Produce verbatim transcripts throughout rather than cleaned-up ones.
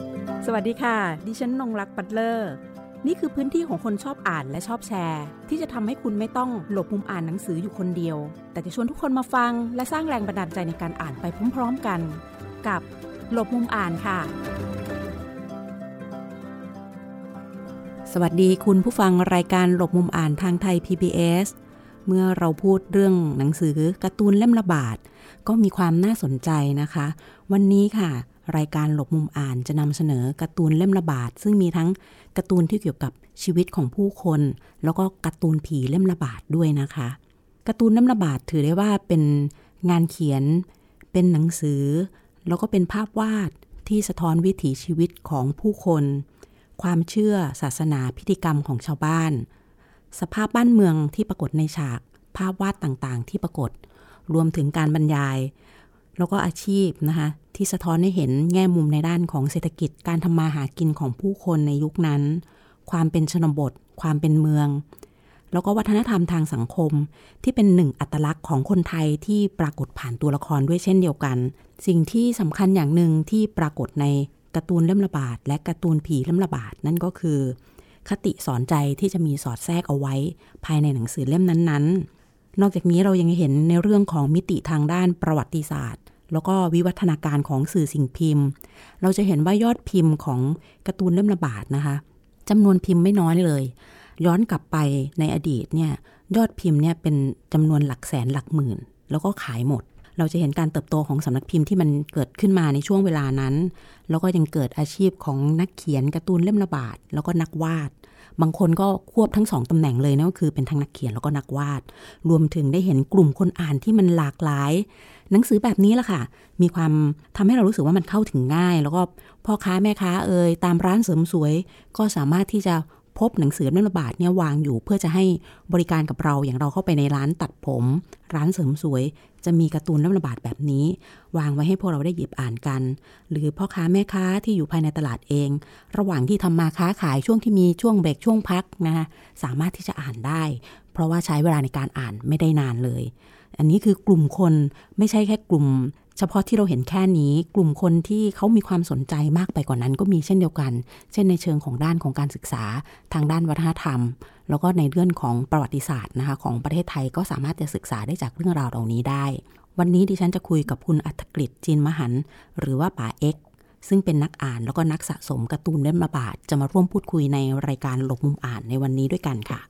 สวัสดีค่ะดิฉันนงรักปัตเลอร์นี่คือพื้นที่ของคนชอบอ่านและชอบแชร์ที่จะทำให้คุณไม่ต้องหลบมุมอ่านหนังสืออยู่คนเดียวแต่จะชวนทุกคนมาฟังและสร้างแรงบันดาลใจในการอ่านไปพร้อมๆกันกับหลบมุมอ่านค่ะสวัสดีคุณผู้ฟังรายการหลบมุมอ่านทางไทย พี บี เอส เมื่อเราพูดเรื่องหนังสือการ์ตูนเล่มละบาทก็มีความน่าสนใจนะคะวันนี้ค่ะรายการหลบมุมอ่านจะนำเสนอการ์ตูนเล่มละบาทซึ่งมีทั้งการ์ตูนที่เกี่ยวกับชีวิตของผู้คนแล้วก็การ์ตูนผีเล่มละบาทด้วยนะคะการ์ตูนเล่มละบาทถือได้ว่าเป็นงานเขียนเป็นหนังสือแล้วก็เป็นภาพวาดที่สะท้อนวิถีชีวิตของผู้คนความเชื่อศาสนาพิธีกรรมของชาวบ้านสภาพบ้านเมืองที่ปรากฏในฉากภาพวาดต่างๆที่ปรากฏรวมถึงการบรรยายแล้วก็อาชีพนะคะที่สะท้อนให้เห็นแง่มุมในด้านของเศรษฐกิจการทำมาหากินของผู้คนในยุคนั้นความเป็นชนบทความเป็นเมืองแล้วก็วัฒนธรรมทางสังคมที่เป็นหนึ่งอัตลักษณ์ของคนไทยที่ปรากฏผ่านตัวละครด้วยเช่นเดียวกันสิ่งที่สำคัญอย่างหนึ่งที่ปรากฏในการ์ตูนเล่มละบาทและการ์ตูนผีเล่มละบาทนั่นก็คือคติสอนใจที่จะมีสอดแทรกเอาไว้ภายในหนังสือเล่มนั้นๆนอกจากนี้เรายังเห็นในเรื่องของมิติทางด้านประวัติศาสตร์แล้วก็วิวัฒนาการของสื่อสิ่งพิมพ์เราจะเห็นว่ายอดพิมพ์ของการ์ตูนเล่มละบาทนะคะจำนวนพิมพ์ไม่น้อยเลยย้อนกลับไปในอดีตเนี่ยยอดพิมพ์เนี่ยเป็นจำนวนหลักแสนหลักหมื่นแล้วก็ขายหมดเราจะเห็นการเติบโตของสำนักพิมพ์ที่มันเกิดขึ้นมาในช่วงเวลานั้นแล้วก็ยังเกิดอาชีพของนักเขียนการ์ตูนเล่มละบาทแล้วก็นักวาดบางคนก็ควบทั้งสองตำแหน่งเลยนะก็คือเป็นทั้งนักเขียนแล้วก็นักวาดรวมถึงได้เห็นกลุ่มคนอ่านที่มันหลากหลายหนังสือแบบนี้แหละค่ะมีความทำให้เรารู้สึกว่ามันเข้าถึงง่ายแล้วก็พ่อค้าแม่ค้าเอ่ยตามร้านเสริมสวยก็สามารถที่จะพบหนังสือเล่มละบาทเนี่ยวางอยู่เพื่อจะให้บริการกับเราอย่างเราเข้าไปในร้านตัดผมร้านเสริมสวยจะมีการ์ตูนเล่มละบาทแบบนี้วางไว้ให้พวกเราได้หยิบอ่านกันหรือพ่อค้าแม่ค้าที่อยู่ภายในตลาดเองระหว่างที่ทำมาค้าขายช่วงที่มีช่วงเบรกช่วงพักนะคะสามารถที่จะอ่านได้เพราะว่าใช้เวลาในการอ่านไม่ได้นานเลยอันนี้คือกลุ่มคนไม่ใช่แค่กลุ่มเฉพาะที่เราเห็นแค่นี้กลุ่มคนที่เขามีความสนใจมากไปกว่านั้นก็มีเช่นเดียวกันเช่นในเชิงของด้านของการศึกษาทางด้านวัฒนธรรมแล้วก็ในเรื่องของประวัติศาสตร์นะคะของประเทศไทยก็สามารถจะศึกษาได้จากเรื่องราวเหล่านี้ได้วันนี้ดิฉันจะคุยกับคุณอัฐกฤษจีนมหันต์หรือว่าป๋าเอ็กซ์ซึ่งเป็นนักอ่านแล้วก็นักสะสมการ์ตูนเล่มละบาทจะมาร่วมพูดคุยในรายการหลบมุมอ่านในวันนี้ด้วยกันค่ะ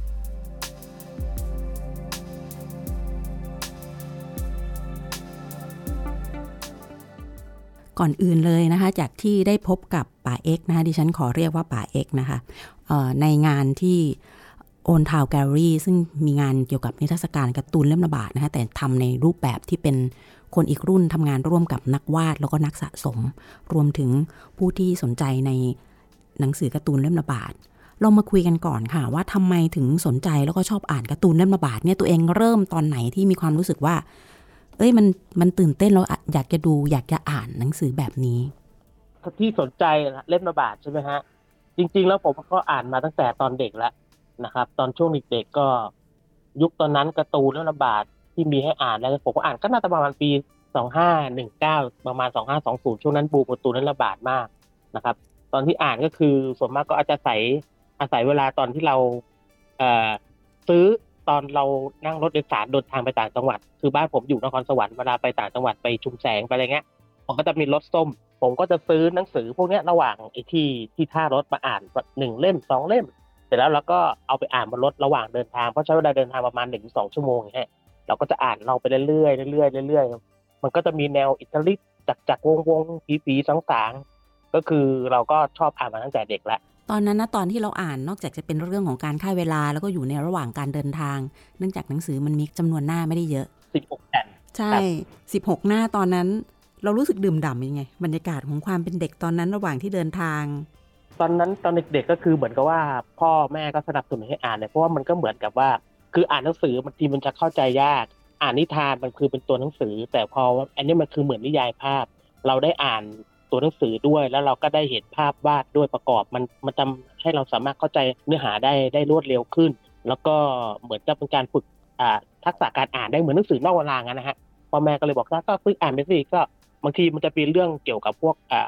ก่อนอื่นเลยนะคะจากที่ได้พบกับป๋าเอ็กซ์นะคะดิฉันขอเรียกว่าป๋าเอ็กซ์นะคะในงานที่โอนทาวแกลเลอรี่ซึ่งมีงานเกี่ยวกับนิทรรศการการ์ตูนเล่มละบาทนะคะแต่ทำในรูปแบบที่เป็นคนอีกรุ่นทำงานร่วมกับนักวาดแล้วก็นักสะสมรวมถึงผู้ที่สนใจในหนังสือการ์ตูนเล่มละบาทเรามาคุยกันก่อนค่ะว่าทำไมถึงสนใจแล้วก็ชอบอ่านการ์ตูนเล่มละบาทเนี่ยตัวเองเริ่มตอนไหนที่มีความรู้สึกว่าเอ้ยมันมันตื่นเต้นเราอยากจะดูอยากจะอ่านหนังสือแบบนี้ที่สนใจเล่มละบาทใช่ไหมฮะจริงๆแล้วผมก็อ่านมาตั้งแต่ตอนเด็กแล้วนะครับตอนช่วงเด็กๆก็ยุคตอนนั้นการ์ตูนเล่มละบาทที่มีให้อ่านแล้วผมก็อ่านก็น่าจะประมาณปีสองพันห้าร้อยสิบเก้าประมาณสองพันห้าร้อยยี่สิบช่วงนั้นบูมการ์ตูนเล่มละบาทมากนะครับตอนที่อ่านก็คือส่วนมากก็อาจจะอาศัยอาศัยเวลาตอนที่เราเอ่อซื้อตอนเรานั่งรถโดยสารเดินทางไปต่างจังหวัดคือบ้านผมอยู่นครสวรรค์เวลาไปต่างจังหวัดไปชุมแสงไปอะไรเงี้ยผมก็จะมีรถส้มผมก็จะซื้อหนังสือพวกนี้ระหว่างไอ้ที่ที่ท่ารถมาอ่านหนึ่งเล่มสองเล่มเสร็จแล้วเราก็เอาไปอ่านบนรถระหว่างเดินทางเพราะใช้เวลาเดินทางประมาณ หนึ่งถึงสอง ชั่วโมงอย่างเงี้ยเราก็จะอ่านเราไปเรื่อยๆเรื่อยๆเรื่อยๆมันก็จะมีแนวอิตาลีจักจักวงวงผีผีสางสางก็คือเราก็ชอบอ่านมาตั้งแต่เด็กแล้วตอนนั้นนะตอนที่เราอ่านนอกจากจะเป็นเรื่องของการฆ่าเวลาแล้วก็อยู่ในระหว่างการเดินทางเนื่องจากหนังสือมันมีจำนวนหน้าไม่ได้เยอะสิบหกแผ่นใช่สิบหกหน้าตอนนั้นเรารู้สึกดื่มด่ำยังไงบรรยากาศของความเป็นเด็กตอนนั้นระหว่างที่เดินทางตอนนั้นตอนเด็กๆก็คือเหมือนกับว่าพ่อแม่ก็สนับสนุนให้อ่านเลยเพราะว่ามันก็เหมือนกับว่าคืออ่านหนังสือบางทีมันจะเข้าใจยากอ่านนิทานมันคือเป็นตัวหนังสือแต่พออันนี้มันคือเหมือนนิยายภาพเราได้อ่านตัวหนังสือด้วยแล้วเราก็ได้เห็นภาพวาดด้วยประกอบมันมันทำให้เราสามารถเข้าใจเนื้อหาได้ได้รวดเร็วขึ้นแล้วก็เหมือนจะเป็นการฝึกอ่าทักษะการอ่านได้เหมือนหนังสือนอกเวลางั้นนะฮะพ่อแม่ก็เลยบอกว่าก็ฝึกอ่านไปสิก็บางทีมันจะเป็นเรื่องเกี่ยวกับพวกอ่า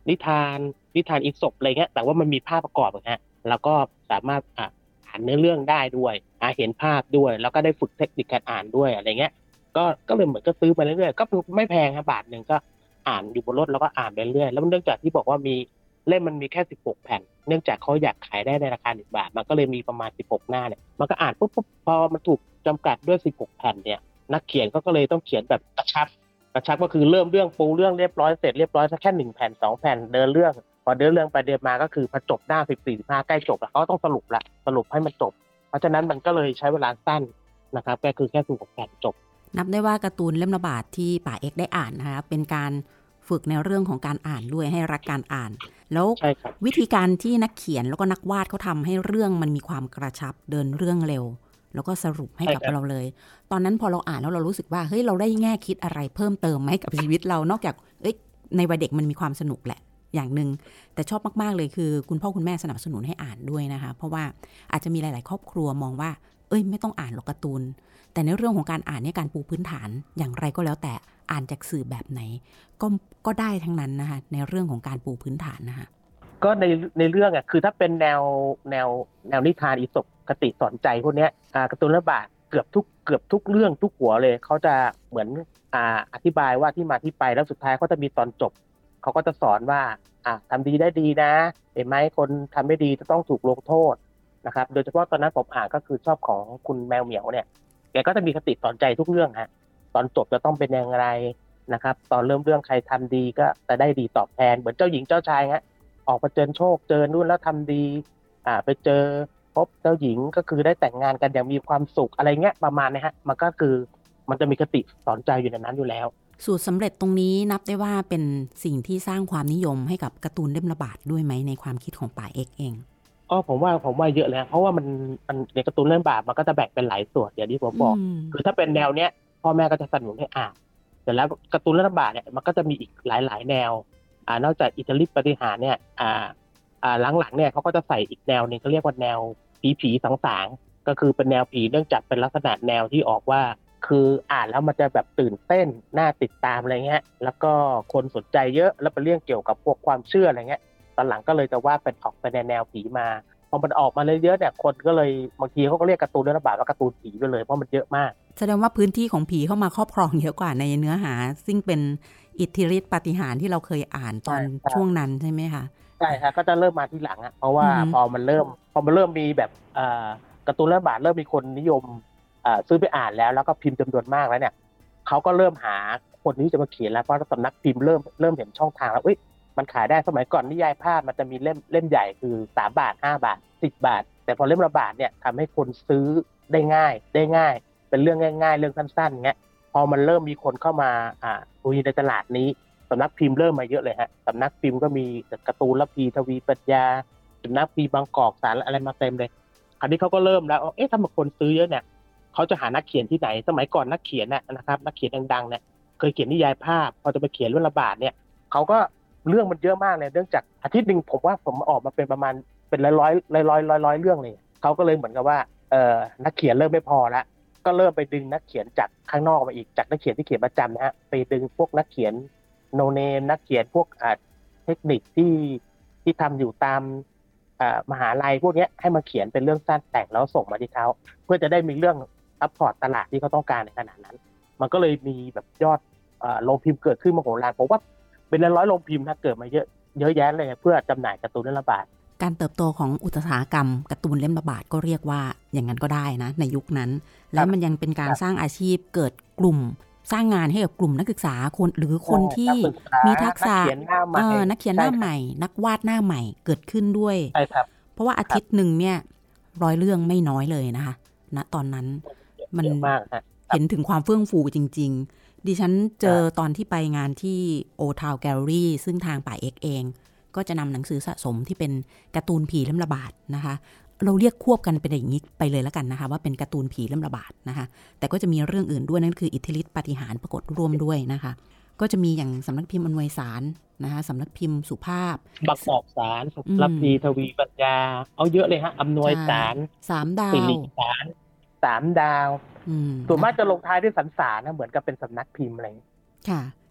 นิทานนิทานอีสปอะไรเงี้ยแต่ว่ามันมีภาพประกอบนะฮะแล้วก็สามารถอ่าอ่านเนื้อเรื่องได้ด้วยอ่าเห็นภาพด้วยแล้วก็ได้ฝึกเทคนิคการอ่านด้วยอะไรเงี้ยก็ก็เลยเหมือนก็ซื้อมาเรื่อยๆก็ไม่แพงครับบาทหนึ่งก็อ่านอยู่บนรถแล้วก็อ่านไปเรื่อยแล้วเนื่องจากที่บอกว่ามีเล่มมันมีแค่สิบหกแผ่นเนื่องจากเขาอยากขายได้ในราคาหนึ่งบาทมันก็เลยมีประมาณสิบหกหน้าเนี่ยมันก็อ่านปุ๊บปุ๊บพอมันถูกจำกัดด้วยสิบหกแผ่นเนี่ยนักเขียนก็ก็เลยต้องเขียนแบบกระชับกระชับก็คือเริ่มเรื่องปูเรื่องเรียบร้อยเสร็จเรียบร้อยสักแค่หนึ่งแผ่นสองแผ่นเดินเรื่องพอเดินเรื่องไปเดินมาก็คือพอจบหน้าสิบสี่สิบห้าใกล้จบแล้วเขาต้องสรุปละสรุปให้มันจบเพราะฉะนั้นมันก็เลยใช้เวลาสั้นนะครับก็คือแค่สิบหกแผ่นจบนับได้ว่าการ์ตูนเล่มระบาดที่ป่าเอกได้อ่านนะคะเป็นการฝึกในเรื่องของการอ่านด้วยให้รักการอ่านแล้ววิธีการที่นักเขียนแล้วก็นักวาดเขาทำให้เรื่องมันมีความกระชับเดินเรื่องเร็วแล้วก็สรุปให้กับเราเลยตอนนั้นพอเราอ่านแล้วเรารู้สึกว่าเฮ้ยเราได้แง่คิดอะไรเพิ่มเติมไหมกับชีวิตเรานอกจากเอ้ยในวัยเด็กมันมีความสนุกแหละอย่างนึงแต่ชอบมากๆเลยคือคุณพ่อคุณแม่สนับสนุนให้อ่านด้วยนะคะเพราะว่าอาจจะมีหลายๆครอบครัวมองว่าเอ้ยไม่ต้องอ่านหรอกการ์ตูนแต่ในเรื่องของการอ่านเนี่ยการปูพื้นฐานอย่างไรก็แล้วแต่อ่านจากสื่อแบบไหนก็ก็ได้ทั้งนั้นนะคะในเรื่องของการปูพื้นฐานนะคะก็ในในเรื่องอ่ะคือถ้าเป็นแนวแนวแนวนิทานอีสปคติสอนใจพวกเนี้ยอ่าการ์ตูนระบาดเกือบทุกเกือบทุกเรื่องทุกหัวเลยเขาจะเหมือนอ่าอธิบายว่าที่มาที่ไปแล้วสุดท้ายเขาจะมีตอนจบเขาก็จะสอนว่าอ่าทำดีได้ดีนะเห็นไหมคนทำไม่ดีจะต้องถูกลงโทษนะครับโดยเฉพาะตอนนั้นผมอ่านก็คือชอบของคุณแมวเหมียวเนี่ยแกก็จะมีคติสอนใจทุกเรื่องฮะตอนจบจะต้องเป็นอย่างไรนะครับตอนเริ่มเรื่องใครทำดีก็จะได้ดีตอบแทนเหมือนเจ้าหญิงเจ้าชายฮะออกมาเจอโชคเจอนู่นแล้วทำดีอ่าไปเจอพบเจ้าหญิงก็คือได้แต่งงานกันอย่างมีความสุขอะไรเงี้ยประมาณนี้ฮะมันก็คือมันจะมีคติสอนใจอยู่ในนั้นอยู่แล้วสูตรสำเร็จตรงนี้นับได้ว่าเป็นสิ่งที่สร้างความนิยมให้กับการ์ตูนเล่มระบาดด้วยไหมในความคิดของป่าเอกเองก็ผมว่าผมว่าเยอะเลยเพราะว่ามันมันในการ์ตูนเรื่องบาปมันก็จะแบ่งเป็นหลายส่วนอย่างที่ผมบอกคือถ้าเป็นแนวเนี้ยพ่อแม่ก็จะสนับสนุนให้อ่านแต่แล้วการ์ตูนเรื่องบาปเนี่ยมันก็จะมีอีกหลายๆแนวอ่านอกจากอิทธิฤทธิปาฏิหาริย์เนี่ยอ่าอ่าหลังๆเนี่ยเขาก็จะใส่อีกแนวนึงเขาเรียกว่าแนวผีผีสางๆก็คือเป็นแนวผีเนื่องจากเป็นลักษณะแนวที่ออกว่าคืออ่านแล้วมันจะแบบตื่นเต้นน่าติดตามอะไรเงี้ยแล้วก็คนสนใจเยอะแล้วเป็นเรื่องเกี่ยวกับพวกความเชื่ออะไรเงี้ยตอนหลังก็เลยจะว่าเป็นออกไปในแนวผีมาพอมันออกมาเยอะๆเนี่ยคนก็เลยบางทีเขาก็เรียกการ์ตูนเรื่องระบาดว่าการ์ตูนผีไปเลยเพราะมันเยอะมากแสดงว่าพื้นที่ของผีเข้ามาครอบครองเยอะกว่าในเนื้อหาซึ่งเป็นอิทธิฤทธิปาฏิหาริย์ที่เราเคยอ่านตอนช่วงนั้นใช่ไหมคะใช่ครับก็จะเริ่มมาที่หลังอ่ะเพราะว่าพอมันเริ่มพอมันเริ่มมีแบบอ่าการ์ตูนเรื่องระบาดเริ่มมีคนนิยมอ่าซื้อไปอ่านแล้วแล้วก็พิมพ์จำนวนมากแล้วเนี่ยเขาก็เริ่มหาคนที่จะมาเขียนแล้วเพราะสำนักพิมพ์เริ่มเริ่มเห็นช่องทางแล้วเอ้ยมันขายได้สมัยก่อนนิยายภาพมันจะมีเล่มเล่มใหญ่คือสามบาทห้าบาทสิบบาทแต่พอเล่มระบาดเนี่ยทำให้คนซื้อได้ง่ายได้ง่ายเป็นเรื่องง่ายๆเรื่องสั้นๆเงี้ยพอมันเริ่มมีคนเข้ามาอ่าดูในตลาดนี้สำนักพิมพ์เริ่มมาเยอะเลยฮะสำนักพิมพ์ก็มีการ์ตูนระพีทวีปรัชญาสำนักพิมพ์บางกอกสารอะไรมาเต็มเลยคราวนี้เขาก็เริ่มแล้วเอ๊ะถ้าคนซื้อเยอะเนี่ยเขาจะหานักเขียนที่ไหนสมัยก่อนนักเขียนน่ะนะครับนักเขียนดังๆเนี่ยเคยเขียนนิยายภาพพอจะไปเขียนเรื่องระบาดเนี่ยเขาก็เรื่องมันเยอะมากเลยเนื่องจากอาทิตย์นึงผมว่าผมออกมาเป็นประมาณเป็นร้อยร้อยร้อยร้อยร้อยร้อยเรื่องเลยเขาก็เลยเหมือนกับว่าเอ่อนักเขียนเริ่มไม่พอละก็เริ่มไปดึงนักเขียนจากข้างนอกมาอีกจากนักเขียนที่เขียนประจำนะฮะไปดึงพวกนักเขียนโนเนมนักเขียนพวกอ่าเทคนิคที่ที่ทำอยู่ตามอ่ามหาลัยพวกนี้ให้มาเขียนเป็นเรื่องสั้นแต่งแล้วส่งมาที่เขาเพื่อจะได้มีเรื่องซัพพอร์ตตลาดที่เขาต้องการในขณะนั้นมันก็เลยมีแบบยอดอ่าโรงพิมพ์เกิดขึ้นมโหฬารผมว่าเป็นร้อยๆโรงพิมพ์นะเกิดมาเยอะเยอะแยะเลยเพื่อจำหน่ายการ์ตูนเล่มระบาดการเติบโตของอุตสาหกรรมการ์ตูนเล่มระบาดก็เรียกว่าอย่างนั้นก็ได้นะในยุคนั้นแล้วมันยังเป็นการสร้างอาชีพเกิดกลุ่มสร้างงานให้กับกลุ่มนักศึกษาคนหรือคนที่มีทักษะนักเขียนหน้าใหม่นักวาดหน้าใหม่เกิดขึ้นด้วยเพราะว่าอาทิตย์หนึ่งเนี่ยร้อยเรื่องไม่น้อยเลยนะคะณตอนนั้นมันเห็นถึงความเฟื่องฟูจริงๆดิฉันเจอตอนที่ไปงานที่โอทาวแกลเลอรี่ซึ่งทางป่าเอกเองก็จะนำหนังสือสะสมที่เป็นการ์ตูนผีเล่มระบาดนะคะเราเรียกควบกันเป็นอย่างนี้ไปเลยแล้วกันนะคะว่าเป็นการ์ตูนผีเล่มระบาดนะคะแต่ก็จะมีเรื่องอื่นด้วยนั่นคืออิทธิฤทธิปาฏิหาริย์ปรากฏร่วมด้วยนะคะก็จะมีอย่างสำนักพิมพ์อำนวยสารนะคะสำนักพิมพ์สุภาพบางกอกสารระพีทวีปรัชญาเอาเยอะเลยฮะอำนวยสารสามดาวสิริสารสามดาวส่วนมากจะลงท้ายด้วยสรรสารนะเหมือนกับเป็นสำนักพิมพ์อะไรค่ะ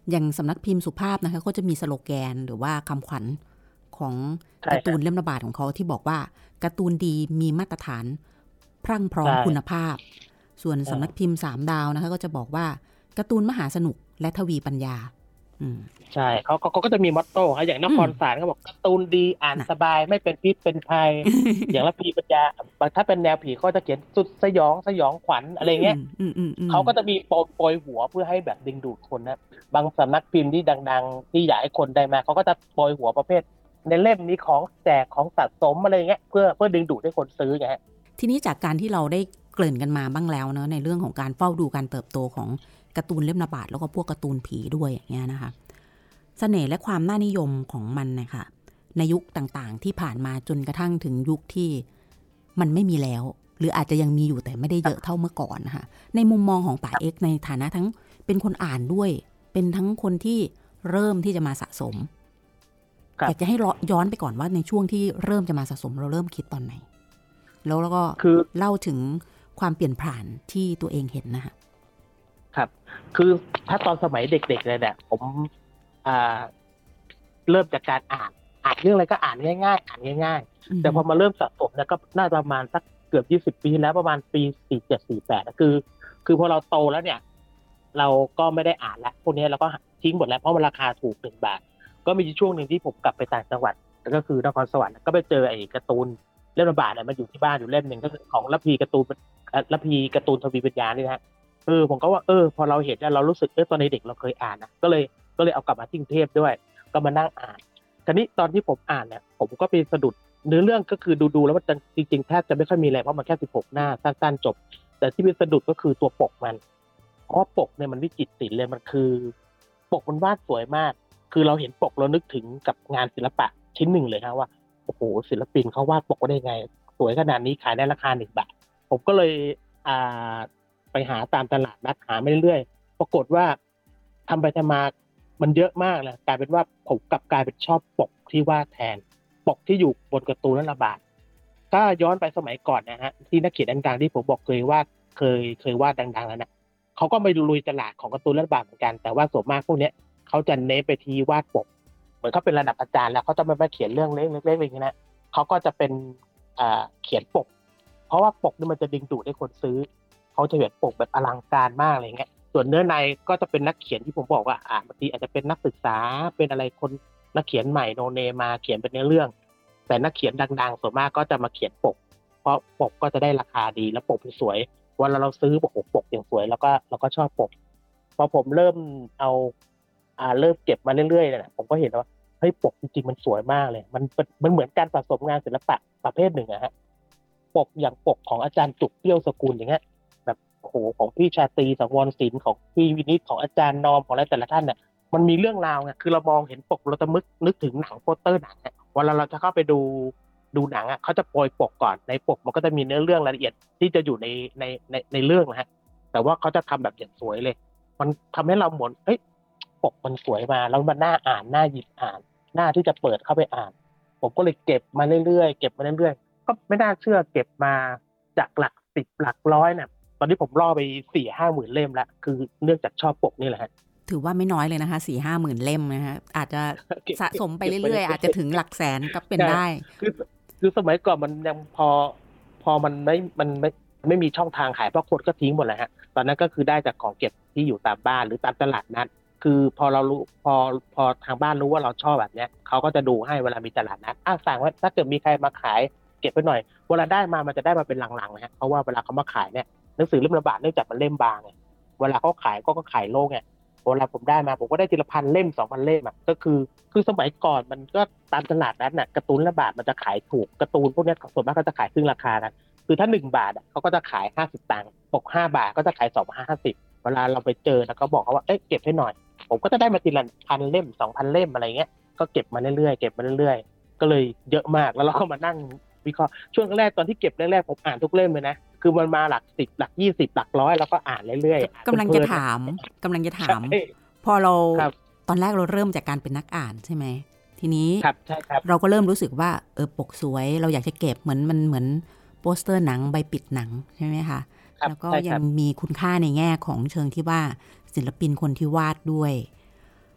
อย่างสำนักพิมพ์สุภาพนะคะก็จะมีสโลแกนหรือว่าคำขวัญของการ์ตูนเล่มระบาดของเขาที่บอกว่าการ์ตูนดีมีมาตรฐานพรั่งพร้อมคุณภาพส่วนสำนักพิมพ์สามดาวนะคะก็จะบอกว่าการ์ตูนมหาสนุกและทวีปัญญาใช่เขาเขาก็จะมีมอตโต้ครับอย่างนครศาลเขาบอกการ์ตูนดีอ่านสบายไม่เป็นพิษเป็นภัย อย่างละพีปัญญาถ้าเป็นแนวผีก็จะเขียนสุดสยองสยองขวัญอะไรเงี้ยเขาก็จะมีโปรยโปรยหัวเพื่อให้แบบดึงดูดคนนะบางสำนักพิมพ์ที่ดังๆที่อยากให้คนได้มาเขาก็จะโปรยหัวประเภทในเล่มนี้ของแจกของสะสมอะไรเงี้ยเพื่อเพื่อดึงดูดให้คนซื้อไงฮะทีนี้จากการที่เราได้เกริ่นกันมาบ้างแล้วเนาะในเรื่องของการเฝ้าดูการเติบโตของการ์ตูนเล่มระบาดแล้วก็พวกการ์ตูนผีด้วยอย่างเงี้ยนะคะเสน่ห์และความน่านิยมของมันนะคะในยุคต่างๆที่ผ่านมาจนกระทั่งถึงยุคที่มันไม่มีแล้วหรืออาจจะยังมีอยู่แต่ไม่ได้เยอะเท่าเมื่อก่อนนะคะในมุมมองของป๋าเอ็กซ์ในฐานะทั้งเป็นคนอ่านด้วยเป็นทั้งคนที่เริ่มที่จะมาสะสมอยากจะให้ย้อนไปก่อนว่าในช่วงที่เริ่มจะมาสะสมเราเริ่มคิดตอนไหนแล้วแล้วก็เล่าถึงความเปลี่ยนผ่านที่ตัวเองเห็นนะคะครับคือถ้าตอนสมัยเด็กๆเลยเนี่ยผมอ่าเริ่มจากการอ่านอ่านเรื่องอะไรก็อ่านง่ายๆอ่านง่ายๆแต่พอมาเริ่มสะสมเนี่ยก็น่าประมาณสักเกือบยี่สิบปีแล้วประมาณปีสี่สิบเจ็ด สี่สิบแปดคือคือพอเราโตแล้วเนี่ยเราก็ไม่ได้อ่านแล้วพวกนี้เราก็ทิ้งหมดแล้วเพราะมันราคาถูกหนึ่งบาทก็มีช่วงนึงที่ผมกลับไปต่างจังหวัดก็คือนครสวรรค์ก็ไปเจอไอ้การ์ตูนเล่มระบาดเนี่ยมันอยู่ที่บ้านอยู่เล่มนึงก็คือของระพีการ์ตูนระพีการ์ตูนทวีปัญญานี่นะฮะเออผมก็ว่าเออพอเราเห็นแล้วเรารู้สึกเออตอนในเด็กเราเคยอ่านนะก็เลยก็เลยเอากลับมาที่กรุงเทพด้วยก็มานั่งอ่านทีนี้ตอนที่ผมอ่านเนี่ยผมก็ไปสะดุดเนื้อเรื่องก็คือดูๆแล้วมันจริงๆแทบจะไม่ค่อยมีอะไรเพราะมันแค่สิบหกหน้าสั้นๆจบแต่ที่เป็นสะดุดก็คือตัวปกมันเพราะปกเนี่ยมันวิจิตรศิลป์เลยมันคือปกมันวาดสวยมากคือเราเห็นปกเรานึกถึงกับงานศิลปะชิ้นหนึ่งเลยครับว่าโอ้โหศิลปินเขาวาดปกได้ไงสวยขนาดนี้ขายได้ราคาหนึ่งบาทผมก็เลยอ่าไปหาตามตลาดนัดหาไปเรื่อยๆปรากฏว่าทำไปทำมามันเยอะมากเลยกลายเป็นว่าผมกลับกลายเป็นชอบปกที่วาดแทนปกที่อยู่บนการ์ตูนระบาดถ้าย้อนไปสมัยก่อนนะฮะที่นักเขียนดังๆที่ผมบอกเคยวาดเคยเคยวาดดังๆแล้วนะเขาก็ไปลุยตลาดของการ์ตูนระบาดเหมือนกันแต่ว่าส่วนมากพวกนี้เขาจะเน้นไปที่วาดปกเหมือนเขาเป็นระดับอาจารย์แล้วเขาจะไม่มาเขียนเรื่องเล็กๆอะไรอย่างนี้นะเขาก็จะเป็นอ่าเขียนปกเพราะว่าปกนี่มันจะดึงดูดให้คนซื้อเขาจะเขียนปกแบบอลังการมากอะไรเงี้ยส่วนเนื้อในก็จะเป็นนักเขียนที่ผมบอกว่าอ่าบางทีอาจจะเป็นนักศึกษาเป็นอะไรคนนักเขียนใหม่โนเนมาเขียนเป็นเนื้อเรื่องแต่นักเขียนดังๆส่วนมากก็จะมาเขียนปกเพราะปกก็จะได้ราคาดีแล้วปกสวยเวลาเราซื้อปกปกอย่างสวยแล้วก็เราก็ชอบปกพอผมเริ่มเอาอ่าเริ่มเก็บมาเรื่อยๆเนี่ยผมก็เห็นว่าเฮ้ยปกจริงๆมันสวยมากเลยมันมันเหมือนการสะสมงานศิลปะประเภทหนึ่งอะฮะปกอย่างปกของอาจารย์จุกเปี้ยวสกุลอย่างเงี้ยแบบโอ้โหของพี่ชาตรีสังวรศิลป์ของพี่วินิจของอาจารย์นอมของอะไรแต่ละท่านเนี่ยมันมีเรื่องราวไงคือเรามองเห็นปกเราจะมึกนึกถึงหนังโปสเตอร์หนังเนี่ยเวลาเราจะเข้าไปดูดูหนังอ่ะเขาจะโปรยปกก่อนในปกมันก็จะมีเนื้อเรื่องรายละเอียดที่จะอยู่ในในในในเรื่องนะฮะแต่ว่าเขาจะทำแบบอย่างสวยเลยมันทำให้เราหมุนเฮ้ยปกมันสวยมาแล้วมันน่าอ่านน่าหยิบอ่านน่าที่จะเปิดเข้าไปอ่านผมก็เลยเก็บมาเรื่อยๆเก็บมาเรื่อยๆก็ไม่น่าเชื่อเก็บมาจากหลักสิบหลักร้อยเนี่ยตอนนี้ผมล่อไปสี่ห้าหมื่นเล่มแล้วคือเนื่องจากชอบปกนี่แหละฮะถือว่าไม่น้อยเลยนะคะสี่ห้าหมื่นเล่มนะคะอาจจะสะสมไปเรื่อยๆอาจจะถึงหลักแสนก็เป็นได้คือคือสมัยก่อนมันยังพอพอมันไม่มันไม่ไม่มีช่องทางขายเพราะคนก็ทิ้งหมดแล้วฮะตอนนั้นก็คือได้จากของเก็บที่อยู่ตามบ้านหรือตามตลาดนัดคือพอเรารู้พอพอทางบ้านรู้ว่าเราชอบแบบเนี้ยเขาก็จะดูให้เวลามีตลาดนัดอ้าวสั่งว่าถ้าเกิดมีใครมาขายเก็บไว้หน่อยเวลาได้มามันจะได้มาเป็นลังๆนะฮะเพราะว่าเวลาเขามาขายเนี่ยหนังสือเล่มระบาดเนื่องจากมันเล่มบางไงเวลาเขาขายก็ก็ขายโล่งไงเวลาผมได้มาผมก็ได้ทีละพันเล่มสองพันเล่มอ่ะก็คือคือสมัยก่อนมันก็ตามตลาดนั้นน่ะการ์ตูนระบาดมันจะขายถูกการ์ตูนพวกนี้ส่วนมากเขาจะขายครึ่งราคากันคือถ้าหนึ่งบาทเขาก็จะขายห้าสิบตังค์ปกห้าบาทก็จะขายสองพันห้าสิบเวลาเราไปเจอแล้วก็บอกเขาว่าเอ๊ะเก็บให้หน่อยผมก็จะได้มาทีละพันเล่ม สองพัน เล่มอะไรเงี้ยก็เก็บมาเรื่อยๆเก็บมาเรื่อยๆก็เลยเยอะมากแล้วเราก็มานั่งวิเคราะห์ช่วงแรกตอนที่เก็บแรกๆผมอ่านทุกเล่มเลยนะคือมันมาหลักสิบหลักยี่สิบหลักร้อยแล้วก็อ่านเรื่อยๆกำลังจะถามกำลังจะถามพอเราตอนแรกเราเริ่มจากการเป็นนักอ่านใช่ไหมทีนี้เราก็เริ่มรู้สึกว่าเออปกสวยเราอยากจะเก็บเหมือนมันเหมือนโปสเตอร์หนังใบปิดหนังใช่ไหมคะแล้วก็ยังมีคุณค่าในแง่ของเชิงที่ว่าศิลปินคนที่วาดด้วย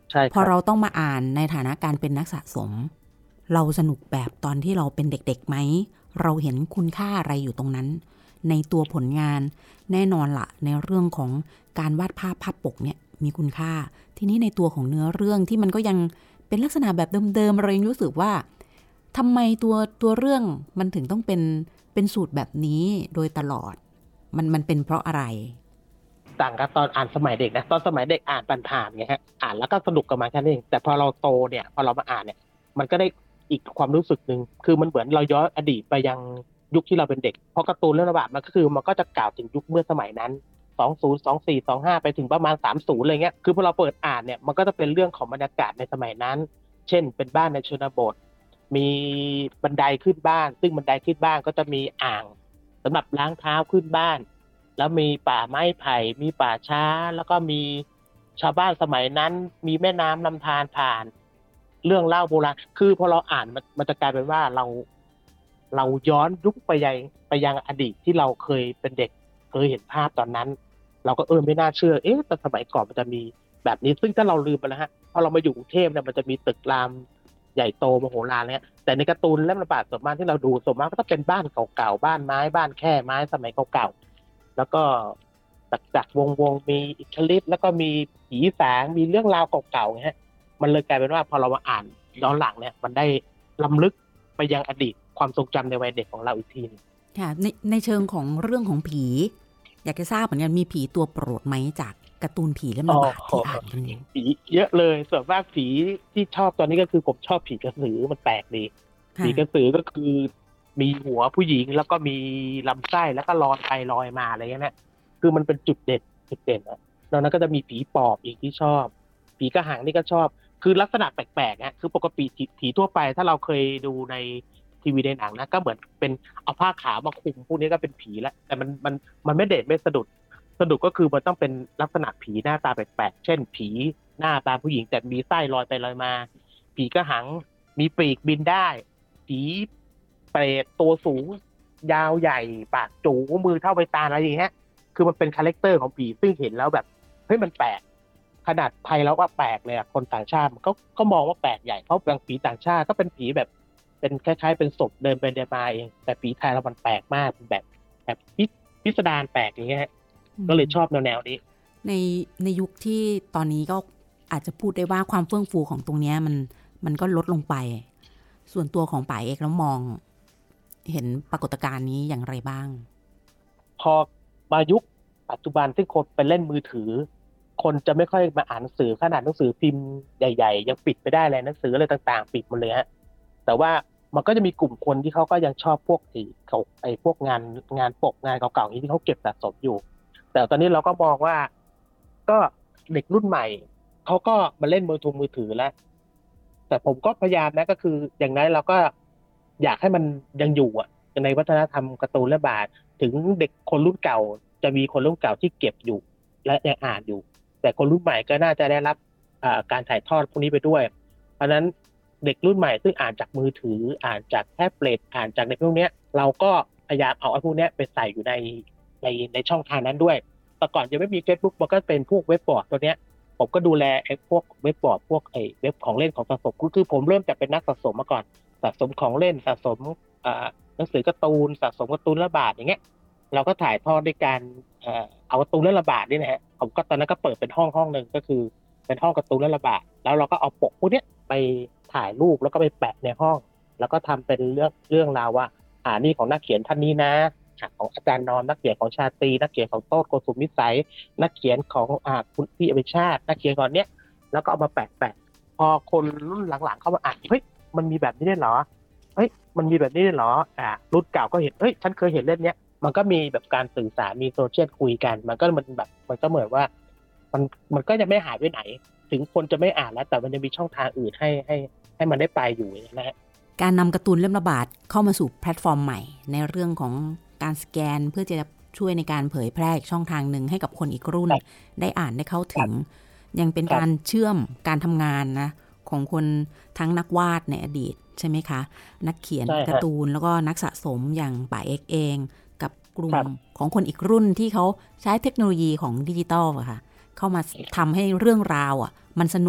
ใช่พอเราต้องมาอ่านในฐานะการเป็นนักสะสมเราสนุกแบบตอนที่เราเป็นเด็กๆไหมเราเห็นคุณค่าอะไรอยู่ตรงนั้นในตัวผลงานแน่นอนละในเรื่องของการวาดภาพภาพปกเนี่ยมีคุณค่าทีนี้ในตัวของเนื้อเรื่องที่มันก็ยังเป็นลักษณะแบบเดิมๆเรายังรู้สึกว่าทำไมตัวตัวเรื่องมันถึงต้องเป็นเป็นสูตรแบบนี้โดยตลอดมันมันเป็นเพราะอะไรต่างกับตอนอ่านสมัยเด็กนะตอนสมัยเด็กอ่านผ่านๆไงฮะอ่านแล้วก็สนุกกับมันแค่นั้นเองแต่พอเราโตเนี่ยพอเรามาอ่านเนี่ยมันก็ได้อีกความรู้สึกหนึ่งคือมันเหมือนเราย้อนอดีตไปยังยุคที่เราเป็นเด็กเพราะการ์ตูนเรื่องระบาดมันก็คือมันก็จะกล่าวถึงยุคเมื่อสมัยนั้นสองศูนย์ สองสี่ สองห้าไปถึงประมาณสามสิบอะไรเงี้ยคือพอเราเปิดอ่านเนี่ยมันก็จะเป็นเรื่องของบรรยากาศในสมัยนั้นเช่นเป็นบ้านในชนบทมีบันไดขึ้นบ้านซึ่งบันไดขึ้นบ้านก็จะมีอ่างสำหรับล้างเท้าขึ้นบ้านแล้วมีป่าไม้ไผ่มีป่าช้าแล้วก็มีชาวบ้านสมัยนั้นมีแม่น้ำลำธารผ่านเรื่องเล่าโบราณคือพอเราอ่านมันมันจะกลายเป็นว่าเราเราย้อนยุคไปยังไปยังอดีตที่เราเคยเป็นเด็กเคยเห็นภาพตอนนั้นเราก็เออไม่น่าเชื่อเอ๊ะแต่สมัยก่อนมันจะมีแบบนี้ซึ่งถ้าเราลืมไปแล้วฮะพอเรามาอยู่กรุงเทพเนี่ยมันจะมีตึกรามใหญ่โตมโหฬารเนี่ยแต่ในการ์ตูนเล่มระบาดส่วนมากที่เราดูส่วนมากก็จะเป็นบ้านเก่าๆบ้านไม้บ้านแค่ไม้สมัยเก่าๆแล้วก็จักจักวงวงมีอิทธิฤทธิ์แล้วก็มีผีสางมีเรื่องราวเก่าๆฮะมันเลยกลายเป็นว่าพอเรามาอ่านย้อนหลังเนี่ยมันได้ล้ำลึกไปยังอดีตความทรงจำในวัยเด็กของเราอีกทีนึงค่ะในในเชิงของเรื่องของผีอยากจะทราบเหมือนกันมีผีตัวโปรดไหมจากการ์ตูนผีเล่มระบาดที่อ่านกันอยู่ผีเยอะเลยส่วนมากผีที่ชอบตอนนี้ก็คือผมชอบผีกระสือมันแปลกดีผีกระสือก็คือมีหัวผู้หญิงแล้วก็มีลำไส้แล้วก็ลอยไปลอยมาอะไรเงี้ยนะคือมันเป็นจุดเด่นจุดเด่นนะนอกนั้นก็จะมีผีปอบอีกที่ชอบผีกระหังนี่ก็ชอบคือลักษณะแปลกๆนะคือปกติผีทั่วไปถ้าเราเคยดูในทีวีในหนังนะก็เหมือนเป็นเอาผ้าขาวมาคลุมพวกนี้ก็เป็นผีแล้วแต่มันมันมันไม่เด่นไม่สะดุดสะดุดก็คือมันต้องเป็นลักษณะผีหน้าตาแปลกๆเช่นผีหน้าตาผู้หญิงแต่มีไส้ลอยไปลอยมาผีกระหังมีปีกบินได้ผีเปรตตัวสูงยาวใหญ่ปากจู๋มือเท่าใบตาลอะไรอย่างเงี้ยคือมันเป็นคาแรคเตอร์ของผีซึ่งเห็นแล้วแบบเฮ้ยมันแปลกขนาดไทยแล้วก็แปลกเลยอ่ะคนต่างชาติมันก็ก็มองว่าแปลกใหญ่เพราะบางผีต่างชาติก็เป็นผีแบบเป็นคล้ายๆเป็นศพเดินไปเดินมาเองแต่ผีไทยเรามันแปลกมากแบบแบบพิสดารแปลกอย่างเงี้ยก็เลยชอบแนวๆนี้ในในยุคที่ตอนนี้ก็อาจจะพูดได้ว่าความเฟื่องฟูของตรงนี้มันมันก็ลดลงไปส่วนตัวของป๋าเอกแล้วมองเห็นปรากฏการณ์นี้อย่างไรบ้างพอมายุคปัจจุบันที่คนไปเล่นมือถือคนจะไม่ค่อยมาอ่านหนังสือขนาดหนังสือพิมพ์ใหญ่ๆยังปิดไม่ได้เลยหนังสืออะไรต่างๆปิดหมดเลยฮะแต่ว่ามันก็จะมีกลุ่มคนที่เขาก็ยังชอบพวกไอ้เขาไอ้พวกงานงานปกงานเก่าๆนี้ที่เขาเก็บสะสมอยู่แต่ตอนนี้เราก็มองว่าก็เด็กรุ่นใหม่เขาก็มาเล่นมือถือมือถือแล้วแต่ผมก็พยายามนะก็คืออย่างนั้นเราก็อยากให้มันยังอยู่อ่ะในวัฒนธรรมการ์ตูนและบาทถึงเด็กคนรุ่นเก่าจะมีคนรุ่นเก่าที่เก็บอยู่และยังอ่านอยู่แต่คนรุ่นใหม่ก็น่าจะได้รับการถ่ายทอดพวกนี้ไปด้วยเพราะฉะนั้นเด็กรุ่นใหม่ซึ่งอ่านจากมือถืออ่านจากแท็บเล็ตอ่านจากในพวกนี้เราก็พยายามเอาไอ้พวกนี้ไปใส่อยู่ในในในช่องทางนั้นด้วยแต่ก่อนยังไม่มี Facebook มันก็เป็นพวกเว็บบอร์ดตัวเนี้ยผมก็ดูแลไอ้พวกเว็บบอร์ดพวกไอ้เว็บของเล่นของสะสมคือผมเริ่มจากเป็นนักสะสมมาก่อนสะสมของเล่นสะสมอ่าหนังสือการ์ตูนสะสมการ์ตูนระบาดอย่างเงี้ยเราก็ถ่ายทอดด้วยการเอ่อเอาการ์ตูนเรื่องระบาดนี่นะฮะผมก็ตอนนั้นก็เปิดเป็นห้องห้องนึงก็คือเป็นห้องการ์ตูนเรื่องระบาดแล้วเราก็เอาปกพวกเนี้ยไปถ่ายรูปแล้วก็ไปแปะในห้องแล้วก็ทำเป็นเรื่องเรื่องราวว่าอ่านี่ของนักเขียนท่านนี้นะของอาจารย์นอมนักเขียนของชาตรีนักเขียนของโต้โกสุมนิสัยนักเขียนของอ่าคุณพี่อภิชาตินักเขียนก่อนเนี้ยแล้วก็เอามาแปะแปะพอคนรุ่นหลังๆเข้ามาอ่านเฮ้ยมันมีแบบนี้ได้เหรอเฮ้ยมันมีแบบนี้ได้เหรออ่ารุ่นเก่าก็เห็นเฮ้ยฉันเคยเห็นเล่มเนี้ยมันก็มีแบบการสื่อสารมีโซเชียลคุยกันมันก็มันแบบมันก็เหมือนว่ามันมันก็จะไม่หายไปไหนถึงคนจะไม่อ่านแล้วแต่มันจะมีช่องทางอื่นให้ให้ให้มันได้ไปอยู่นะฮะการนำการ์ตูนเล่มระบาดเข้ามาสู่แพลตฟอร์มใหม่ในเรื่องของการสแกนเพื่อจะช่วยในการเผยแพร่อีกช่องทางหนึ่งให้กับคนอีกรุ่นได้อ่านได้เข้าถึงยังเป็นการเชื่อมการทำงานนะของคนทั้งนักวาดในอดีตใช่ไหมคะนักเขียนการ์ตูนแล้วก็นักสะสมอย่างป๋าเอกเองกับกลุ่มของคนอีกรุ่นที่เขาใช้เทคโนโลยีของดิจิตอลอะค่ะเข้ามาทำให้เรื่องราวอ่ะมันสนุก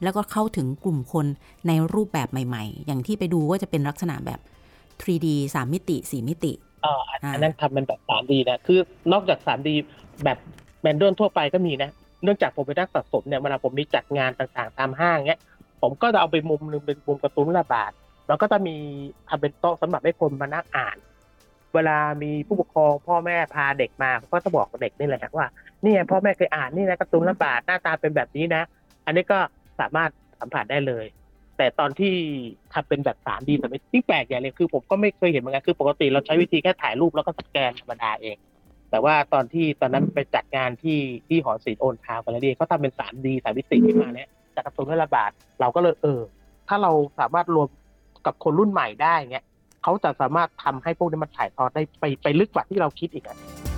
แล้วก็เข้าถึงกลุ่มคนในรูปแบบใหม่ๆอย่างที่ไปดูว่าจะเป็นลักษณะแบบ ทรี ดี สาม มิติสี่มิติอ๋ออันนั้นทำเป็นแบบ ทรี ดี นะคือนอกจาก ทรี ดี แบบแมนนวลทั่วไปก็มีนะเนื่องจากผมเป็นนักสะสมเนี่ยเวลาผมมีจัดงานต่างๆตามห้างเงี้ยผมก็จะเอาไปมุมนึงเป็นมุมการ์ตูนระบาดแล้วก็จะมีทำเป็นโต๊ะสำหรับให้คนมานั่งอ่านเวลามีผู้ปกครองพ่อแม่พาเด็กมาก็จะบอกเด็กนี่แหละว่านี่พ่อแม่เคยอ่านนี่นะการ์ตูนระบาดหน้าตาเป็นแบบนี้นะอันนี้ก็สามารถสัมผัสได้เลยแต่ตอนที่ทำเป็นแบบ ทรี ดี แต่ไม่ที่แปลกอย่างเลยคือผมก็ไม่เคยเห็นเหมือนกันคือปกติเราใช้วิธีแค่ถ่ายรูปแล้วก็สแกนธรรมดาเองแต่ว่าตอนที่ตอนนั้นไปจัดงานที่ที่หอศิลป์โอนทาวน์กันแล้วดีเขาทำเป็น ทรี ดี สามมิติขึ้นมาเนี่ยจากการ์ตูนระบาดเราก็เลยเออถ้าเราสามารถรวมกับคนรุ่นใหม่ได้เงี้ยเขาจะสามารถทำให้พวกนี้มันถ่ายทอดได้ไปไปลึกกว่าที่เราคิดอีกอ่ะ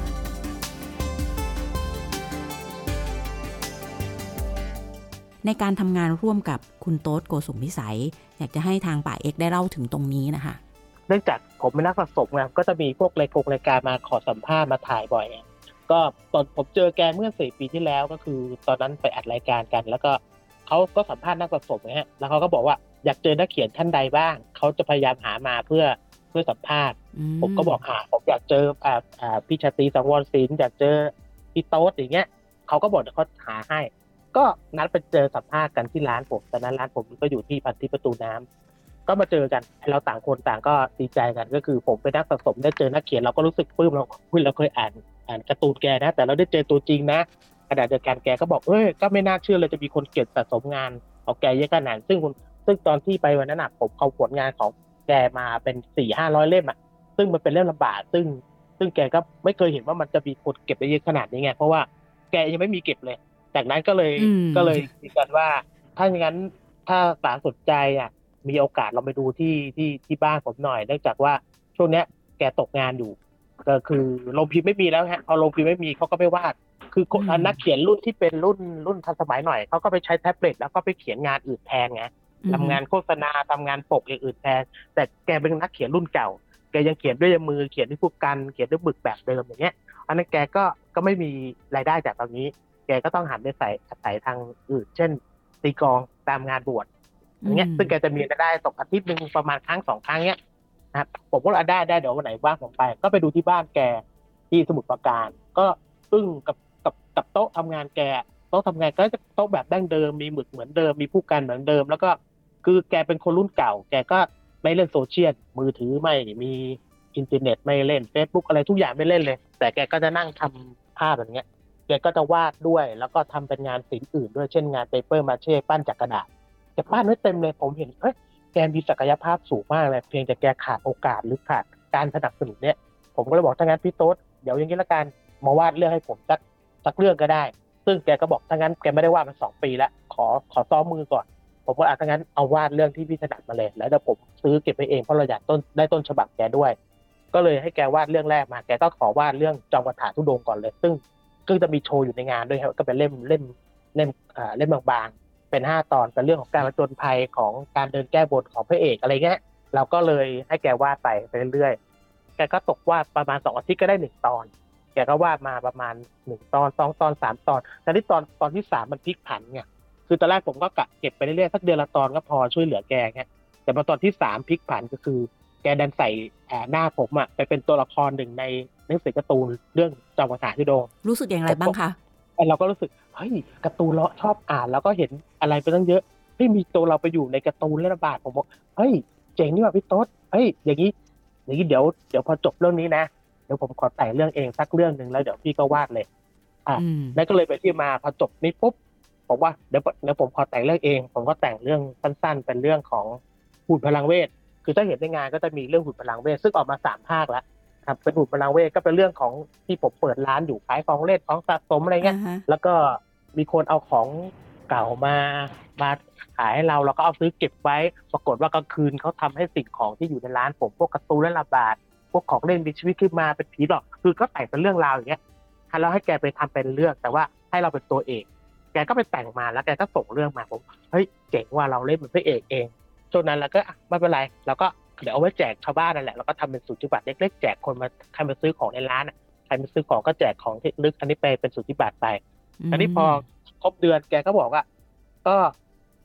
ในการทำงานร่วมกับคุณโต๊ดโกสุมพิสัยอยากจะให้ทางป่าเอกได้เล่าถึงตรงนี้นะคะเนื่องจากผมเป็นนักสะสมไงก็จะมีพวกรายกงรายการมาขอสัมภาษณ์มาถ่ายบ่อยไงก็ตอนผมเจอแกเมื่อสี่ปีที่แล้วก็คือตอนนั้นไปอัดรายการกันแล้วก็เขาก็สัมภาษณ์นักสะสมไงฮะแล้วเขาก็บอกว่าอยากเจอนักเขียนท่านใดบ้างเขาจะพยายามหามาเพื่อเพื่อสัมภาษณ์ผมก็บอกหาผมอยากเจออ่าอ่าพี่ชาตรีสังวรศิลป์อยากเจอพี่โต๊ดอย่างเงี้ยเขาก็บอกเดี๋ยวเขาหาให้ก็นัดไปเจอสัมภาษณ์กันที่ร้านผมตอนนั้นร้านผมก็อยู่ที่พันทิพย์ประตูน้ำก็มาเจอกันเราต่างคนต่างก็ดีใจกันก็คือผมเป็นนักสะสมได้เจอนักเขียนเราก็รู้สึกปลื้มเราคุยเราเคยอ่านอ่านการ์ตูนแกนะแต่เราได้เจอตัวจริงนะขณะเดียวกันแกก็บอกเอ้ยก็ไม่น่าเชื่อเลยจะมีคนเก็บสะสมงานของแกเยอะขนาดซึ่งคุณซึ่งตอนที่ไปวันนั้นน่ะผมเอาผลงานของแกมาเป็น สี่ห้าร้อย เล่มอ่ะซึ่งมันเป็นเล่มลำบากซึ่งซึ่งแกก็ไม่เคยเห็นว่ามันจะมีคนเก็บได้เยอะขนาดนี้ไงเพราะว่าแกยังไม่มีเก็บเลยจากนั้นก็เลยก็เลยคิดกันว่าถ้าอย่างนั้นถ้าสาสนใจอ่ะมีโอกาสเราไปดูที่ที่ที่บ้านผมหน่อยเนื่องจากว่าช่วงเนี้ยแกตกงานอยู่ก็คือโรงพิมพ์ไม่มีแล้วฮะพอโรงพิมพ์ไม่มีเขาก็ไม่วาดคือนักเขียนรุ่นที่เป็นรุ่นรุ่นทันสมัยหน่อยเขาก็ไปใช้แท็บเล็ตแล้วก็ไปเขียนงานอื่นแทนไงทำงานโฆษณาทำงานปกอย่างอื่นแทนแต่แกเป็นนักเขียนรุ่นเก่าแกยังเขียนด้วยมือเขียนด้วยพวกกันเขียนด้วยบึกแบบเดิมอย่างเงี้ยอันนั้นแกก็ก็ไม่มีรายได้จากตรงนี้แกก็ต้องหันไปใส่อาศัยทางอื่นเช่นตีกลองตามงานบวชอย่างเงี้ยซึ่งแกจะมีรายได้ตกอาทิตย์นึงประมาณครั้งสองครั้งเงี้ยนะครับผมก็ได้ได้เดี๋ยววันไหนว่างผมไปก็ไปดูที่บ้านแกที่สมุทรปราการก็ซึ่งกับกับกับโต๊ะทำงานแกโต๊ะทำงานก็จะโต๊ะแบบดั้งเดิมมีหมึกเหมือนเดิมมีผู้กันเหมือนเดิมแล้วก็คือแกเป็นคนรุ่นเก่าแกก็ไม่เล่นโซเชียลมือถือไม่มีอินเทอร์เน็ตไม่เล่น Facebook อะไรทุกอย่างไม่เล่นเลยแต่แกก็จะนั่งทำภาพแบบเนี้ยแกก็จะวาดด้วยแล้วก็ทำเป็นงานศิลป์อื่นด้วยเช่นงานเปเปอร์มาเช่ปั้นจากกระดาษแกปั้นไว้เต็มเลยผมเห็นเฮ้ยแกมีศักยภาพสูงมากเลยเพียงแต่แกขาดโอกาสหรือขาดการสนับสนุนเนี่ยผมก็เลยบอกถ้างั้นพี่โต๊ดเดี๋ยวอย่างนี้ละกันมาวาดเรื่องให้ผมสักสักเรื่องก็ได้ซึ่งแกก็บอกถ้างั้นแกไม่ได้วาดมาสองปีแล้วขอขอซ้อมมือก่อนผมก็อ่ะถ้างั้นเอาวาดเรื่องที่พี่ถนัดมาเลยแล้วเดี๋ยวผมซื้อเก็บไปเองเพราะเราอยากต้นได้ต้นฉบับแกด้วยก็เลยให้แกวาดเรื่องแรกมาแกก็ขอวาดเรื่องจอมกถาธุดงค์ก่อนเลยซึ่งก็จะมีโชว์อยู่ในงานด้วยครับก็เป็นเล่มเล่มเล่มอ่าเล่มบางๆเป็นห้าตอนเป็นเรื่องของการผจญภัยของการเดินแก้บนของพระเอกอะไรเงี้ยเราก็เลยให้แกวาดไปไปเรื่อยๆแกก็ตกวาดประมาณสองอาทิตย์ก็ได้หนึ่งตอนแกก็วาดมาประมาณหนึ่งตอนสองตอนสามตอนแต่ที่ตอนตอนที่สามมันพลิกผันไงคือตอนแรกผมก็กะเก็บไปเรื่อยๆสักเดือนละตอนก็พอช่วยเหลือแกเงี้ยแต่พอตอนที่สามพลิกผันก็คือแกดันใส่หน้าผมอ่ะไปเป็นตัวละครหนึ่งในหนังสือการ์ตูนเรื่องจอมกถาธุดงค์รู้สึกอย่างไรบ้างคะเราก็รู้สึกเฮ้ยการ์ตูนเราชอบอ่านแล้วก็เห็นอะไรไปตั้งเยอะไม่มีตัวเราไปอยู่ในการ์ตูนเรื่องระบาดผมบอกเฮ้ยเจ๋งนี่ว่ะพี่โต๊ดเฮ้ยอย่างนี้อย่างนี้เดี๋ยวเดี๋ยวพอจบเรื่องนี้นะเดี๋ยวผมขอแต่งเรื่องเองสักเรื่องนึงแล้วเดี๋ยวพี่ก็วาดเลยอ่ะนั่นก็เลยไปที่มาพอจบนี้ปุ๊บผมว่าเดี๋ยวเดี๋ยวผมขอแต่งเรื่องเองผมก็แต่งเรื่องสั้นๆเป็นเรื่องของหุ่นพลังเวทคือถ้าเห็นในงานก็จะมีเรื่องหุ่นพลังเวทซึ่งออกมาสามภาคแล้วครับเป็นหุ่นพลังเวทก็เป็นเรื่องของที่ผมเปิดร้านอยู่ขายของเล่นของสะสมอะไรเงี้ย uh-huh. แล้วก็มีคนเอาของเก่ามามาขายให้เราเราก็เอาซื้อเก็บไว้ปรากฏว่ากลางคืนเขาทำให้สิ่งของที่อยู่ในร้านผมพวกการ์ตูนและระบาดพวกของเล่นมีชีวิตขึ้นมาเป็นผีหรอกคือก็แต่งเป็นเรื่องราวอย่างเงี้ยแล้วให้แกไปทำเป็นเรื่องแต่ว่าให้เราเป็นตัวเอกแกก็ไปแต่งมาแล้วแกก็ส่งเรื่องมาผมเฮ้ยเจ๋งว่าเราเล่นเป็นพระเอกเองช่วงนั้นเราก็ไม่เป็นไรเราก็เดี๋ยวเอาไว้แจกชาวบ้านนั่นแหละแล้วก็ทำเป็นสูติบัตรเล็กๆแจกคนมาใครมาซื้อของในร้านใครมาซื้อของก็แจกของที่ลึกอันนี้ไปเป็นสูติบัตรไปอันนี้พอครบเดือนแกก็บอกว่าก็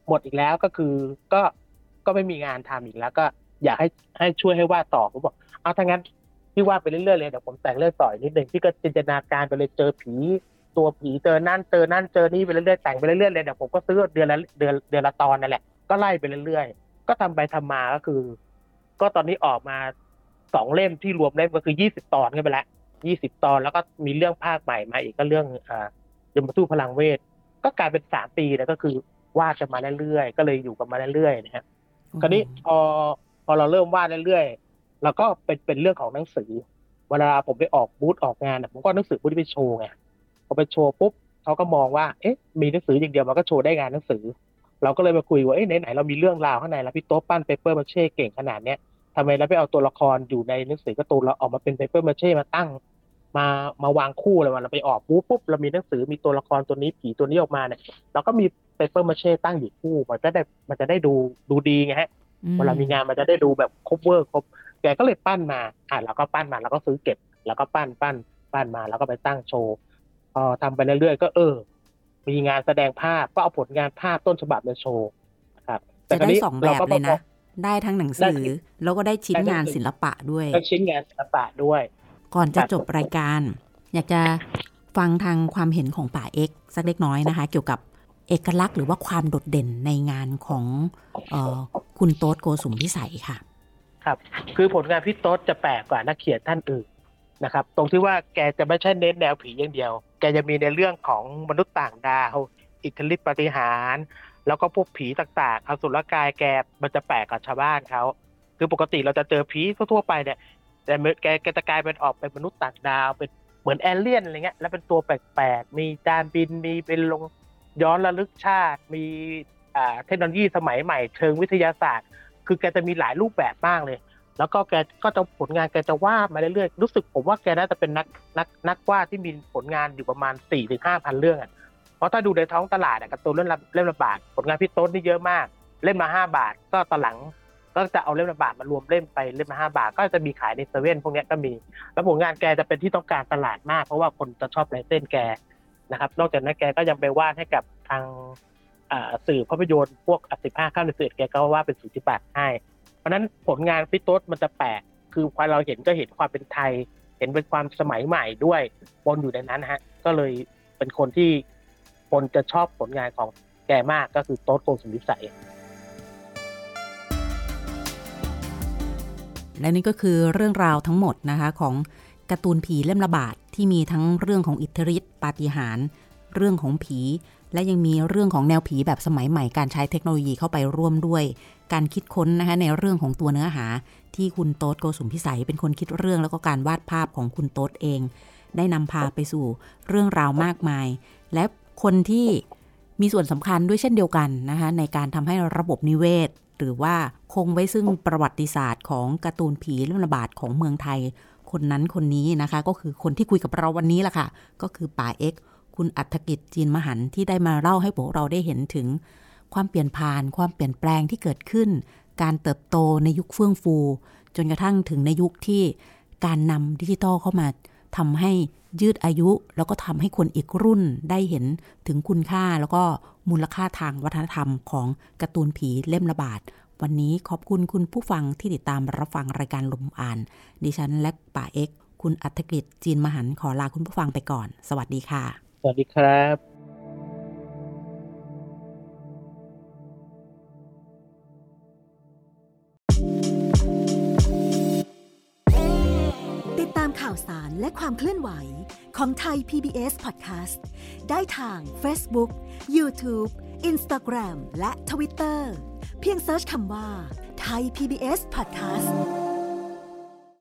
หมดอีกแล้วก็คือก็ก็ไม่มีงานทำอีกแล้วก็อยากให้ให้ช่วยให้วาดต่อผมบอกเอาถ้างั้นพี่วาดไปเรื่อยๆเลยเดี๋ยวผมแต่งเรื่องต่ออีกนิดนึงพี่ก็จินตนาการไปเลยเจอผีตัวผีเจอนั่นเจอนั่นเจอนี่ไปเรื่อยๆแต่งไปเรื่อยๆเลยเดี๋ยวผมก็ซื้อเดือนละเดือนเดือนละตอนนั่นแหละก็ไล่ไปเรื่อยๆก็ทำไปทำมาก็คือก็ตอนนี้ออกมาสองเล่มที่รวมเล่มก็คือยี่สิบตอนกันไปแล้วยี่สิบตอนแล้วก็มีเรื่องภาคใหม่มาอีกก็เรื่องอ่ายมทูตพลังเวทก็กลายเป็นสามปีแล้วก็คือวาดกันมาเรื่อยๆก็เลยอยู่กันมาเรื่อยๆนะฮะคราวนี้พอพอเราเริ่มวาดเรื่อยๆเราก็เป็นเป็นเรื่องของหนังสือเวลาผมไปออกบูธออกงานผมก็หนังสือบูธที่ไปโชว์ไงพอไปโชว์ปุ๊บเขาก็มองว่าเอ๊ะมีหนังสืออย่างเดียวมันก็โชว์ได้งานหนังสือเราก็เลยมาคุยว่าเอ๊ะไหนๆเรามีเรื่องราวข้างในแล้วพี่โต๊ะปั้นเปเปอร์มาเช่เก่งขนาดเนี้ยทำไมเราไม่เอาตัวละครอยู่ในหนังสือการ์ตูนเราออกมาเป็นเปเปอร์มาเช่มาตั้งมามาวางคู่เลยว่าเราไปออกบูธปุ๊บเรามีหนังสือมีตัวละครตัวนี้ผีตัวนี้ออกมาเนี่ยเราก็มีเปเปอร์มาเช่ตั้งอยู่คู่มันจะได้มันจะได้ดูดูดีไงฮะเวลามีงานมันจะได้ดูแบบครบเวอร์ครบแกก็เลยปั้นมาอ่ะเราก็ปั้นมาแล้วก็ซื้อเก็บแล้วก็ปั้นปั้นปั้นมาแล้วก็ไปตั้งโชว์พอทำไปเรื่อยๆก็เออมีงานแสดงภาพก็เอาผลงานภาพต้นฉบับมาโชว์ครับจะได้สองแบบเลยนะได้ทั้งหนังสือแล้วก็ได้ชิ้นงานศิลปะด้วยได้ชิ้นงานศิลปะด้วยก่อนจะจบรายการอยากจะฟังทางความเห็นของป่าเอ็กซ์สักเล็กน้อยนะคะเกี่ยวกับเอกลักษณ์หรือว่าความโดดเด่นในงานของเอ่อคุณโต๊ดโกสุมพิสัยค่ะครับคือผลงานพี่โต๊ดจะแปลกกว่านักเขียนท่านอื่นนะครับตรงที่ว่าแกจะไม่ใช่เน้นแนวผีอย่างเดียวแกจะมีในเรื่องของมนุษย์ต่างดาวอิทธิฤทธิปาฏิหาริย์แล้วก็พวกผีต่างๆอสุรกายแกมันจะแปลกกับชาวบ้านเขาคือปกติเราจะเจอผีทั่วๆไปเนี่ยแต่แกแกจะกลายเป็นออกเป็นมนุษย์ต่างดาวเป็นเหมือนเอเลี่ยนอะไรเงี้ยแล้วเป็นตัวแปลกๆมีจานบินมีเป็นลงย้อนระลึกชาติมีอ่าเทคโนโลยีสมัยใหม่เชิงวิทยาศาสตร์คือแกจะมีหลายรูปแบบมากเลยแล้วก็แกก็จะผลงานแกจะวาดมาเรื่อยๆรู้สึกผมว่าแกน่าจะเป็นนักนักนักวาดที่มีผลงานอยู่ประมาณ สี่ถึงห้าพัน เรื่องอ่ะเพราะถ้าดูในท้องตลาดอ่ะการ์ตูนเล่มละเล่มละบาทผลงานพี่โต๊ดนี่เยอะมากเล่มละห้าบาทก็ตอนหลังก็จะเอาเล่มละบาทมารวมเล่มไปเล่มละห้าบาทก็จะมีขายในเซเว่นพวกนี้ก็มีแล้วผลงานแกจะเป็นที่ต้องการตลาดมากเพราะว่าคนจะชอบลายเส้นแกนะครับนอกจากนั้นแกก็ยังไปวาดให้กับทางอ่าสื่อภาพยนตร์พวกสิบห้าค่ำเดือนสิบเอ็ดแกก็วาดเป็นสูติบัตรให้เพราะนั้นผลงานพี่โต๊ดมันจะแปลกคือพอเราเห็นก็เห็นความเป็นไทยเห็นเป็นความสมัยใหม่ด้วยปนอยู่ในนั้นฮะก็เลยเป็นคนที่คนจะชอบผลงานของแกมากก็คือโต๊ดโกสุมพิสัยและนี่ก็คือเรื่องราวทั้งหมดนะคะของการ์ตูนผีเล่มละบาทที่มีทั้งเรื่องของอิทธิฤทธิปาฏิหาริย์เรื่องของผีและยังมีเรื่องของแนวผีแบบสมัยใหม่การใช้เทคโนโลยีเข้าไปร่วมด้วยการคิดค้นนะคะในเรื่องของตัวเนื้อหาที่คุณโต๊ดโกสุมพิสัยเป็นคนคิดเรื่องแล้วก็การวาดภาพของคุณโต๊ดเองได้นำพาไปสู่เรื่องราวมากมายและคนที่มีส่วนสำคัญด้วยเช่นเดียวกันนะคะในการทำให้ระบบนิเวศหรือว่าคงไว้ซึ่งประวัติศาสตร์ของการ์ตูนผีเรื่องระบาดของเมืองไทยคนนั้นคนนี้นะคะก็คือคนที่คุยกับเราวันนี้แหละค่ะก็คือป่าเอ็กซ์คุณอัฐกิจจีนมหันต์ที่ได้มาเล่าให้พวกเราได้เห็นถึงความเปลี่ยนผ่านความเปลี่ยนแปลงที่เกิดขึ้นการเติบโตในยุคเฟื่องฟูจนกระทั่งถึงในยุคที่การนำดิจิทัลเข้ามาทำให้ยืดอายุแล้วก็ทำให้คนอีกรุ่นได้เห็นถึงคุณค่าแล้วก็มูลค่าทางวัฒนธรรมของการ์ตูนผีเล่มละบาทวันนี้ขอบคุณคุณผู้ฟังที่ติดตามรับฟังรายการลมอ่านดิฉันและป่าเอ็กซ์คุณอัฐกิจจีนมหันต์ขอลาคุณผู้ฟังไปก่อนสวัสดีค่ะสวัสดีครับติดตามข่าวสารและความเคลื่อนไหวของไทย พี บี เอส Podcast ได้ทาง Facebook, YouTube, Instagram และ Twitter เพียงเสิร์ชคำว่า Thai พี บี เอส Podcast